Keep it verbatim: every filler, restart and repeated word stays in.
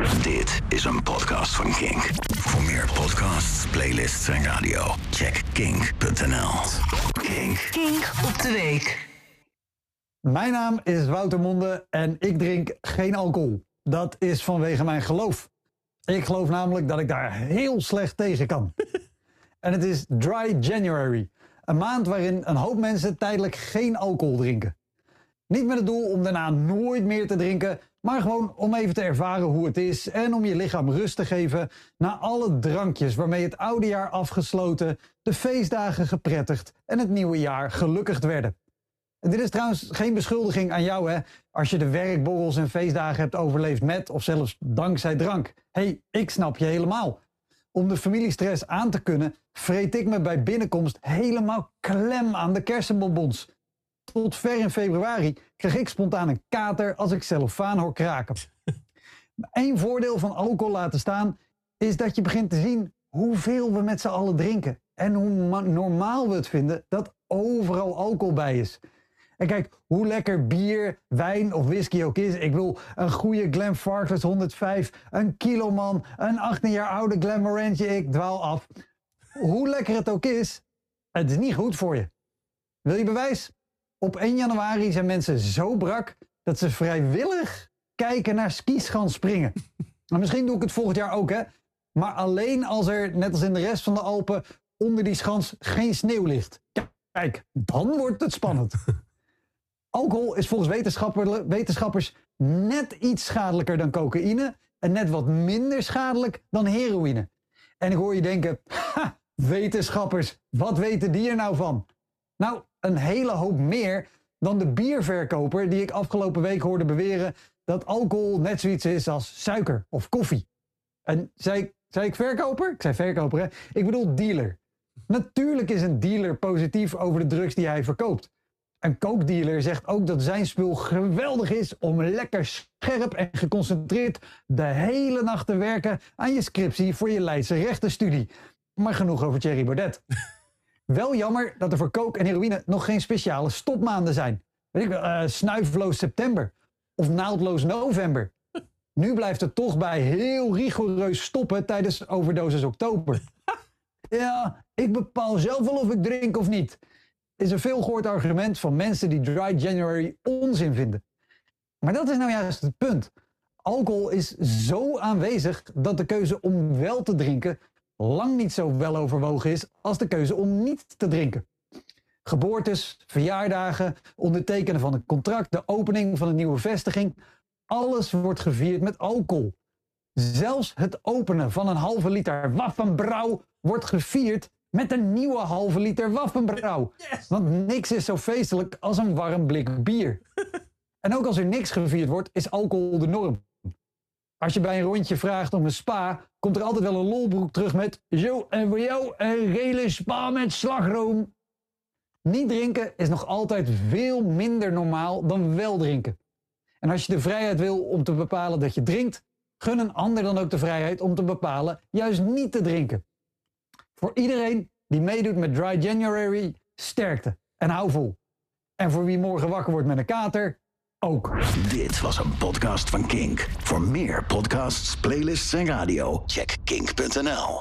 Dit is een podcast van Kink. Voor meer podcasts, playlists en radio, check kink punt n l. Kink. Kink op de week. Mijn naam is Wouter Monde en ik drink geen alcohol. Dat is vanwege mijn geloof. Ik geloof namelijk dat ik daar heel slecht tegen kan. En het is Dry January. Een maand waarin een hoop mensen tijdelijk geen alcohol drinken. Niet met het doel om daarna nooit meer te drinken, maar gewoon om even te ervaren hoe het is en om je lichaam rust te geven na alle drankjes waarmee het oude jaar afgesloten, de feestdagen geprettigd en het nieuwe jaar gelukkigd werden. En dit is trouwens geen beschuldiging aan jou, hè, als je de werkborrels en feestdagen hebt overleefd met of zelfs dankzij drank. Hé, hey, ik snap je helemaal. Om de familiestress aan te kunnen, vreet ik me bij binnenkomst helemaal klem aan de kersenbonbons. Tot ver in februari kreeg ik spontaan een kater als ik cellofaan hoor kraken. Eén voordeel van alcohol laten staan is dat je begint te zien hoeveel we met z'n allen drinken. En hoe normaal we het vinden dat overal alcohol bij is. En kijk, hoe lekker bier, wijn of whisky ook is. Ik wil een goede Glenfarclas honderdvijf, een Kiloman, een achttien jaar oude Glenmorangie, ik dwaal af. Hoe lekker het ook is, het is niet goed voor je. Wil je bewijs? Op één januari zijn mensen zo brak dat ze vrijwillig kijken naar skischans springen. En misschien doe ik het volgend jaar ook, hè. Maar alleen als er, net als in de rest van de Alpen, onder die schans geen sneeuw ligt. Kijk, dan wordt het spannend. Alcohol is volgens wetenschappers net iets schadelijker dan cocaïne en net wat minder schadelijk dan heroïne. En ik hoor je denken, ha, wetenschappers, wat weten die er nou van? Nou, een hele hoop meer dan de bierverkoper die ik afgelopen week hoorde beweren dat alcohol net zoiets is als suiker of koffie. En zei, zei ik verkoper? Ik zei verkoper, hè? Ik bedoel dealer. Natuurlijk is een dealer positief over de drugs die hij verkoopt. Een coke-dealer zegt ook dat zijn spul geweldig is om lekker scherp en geconcentreerd de hele nacht te werken aan je scriptie voor je Leidse rechtenstudie. Maar genoeg over Thierry Baudet. Wel jammer dat er voor coke en heroïne nog geen speciale stopmaanden zijn. Weet ik wel, uh, snuifloos september of naaldloos november. Nu blijft het toch bij heel rigoureus stoppen tijdens overdosis oktober. Ja, ik bepaal zelf wel of ik drink of niet. Is een veelgehoord argument van mensen die Dry January onzin vinden. Maar dat is nou juist het punt. Alcohol is zo aanwezig dat de keuze om wel te drinken lang niet zo wel overwogen is als de keuze om niet te drinken. Geboortes, verjaardagen, ondertekenen van een contract, de opening van een nieuwe vestiging. Alles wordt gevierd met alcohol. Zelfs het openen van een halve liter Waffenbrouw wordt gevierd met een nieuwe halve liter Waffenbrouw. Yes. Want niks is zo feestelijk als een warm blik bier. En ook als er niks gevierd wordt, is alcohol de norm. Als je bij een rondje vraagt om een spa, komt er altijd wel een lolbroek terug met zo, en voor jou een gele spa met slagroom. Niet drinken is nog altijd veel minder normaal dan wel drinken. En als je de vrijheid wil om te bepalen dat je drinkt, gun een ander dan ook de vrijheid om te bepalen juist niet te drinken. Voor iedereen die meedoet met Dry January, sterkte en hou vol. En voor wie morgen wakker wordt met een kater, ook. Dit was een podcast van Kink. Voor meer podcasts, playlists en radio, check kink punt n l.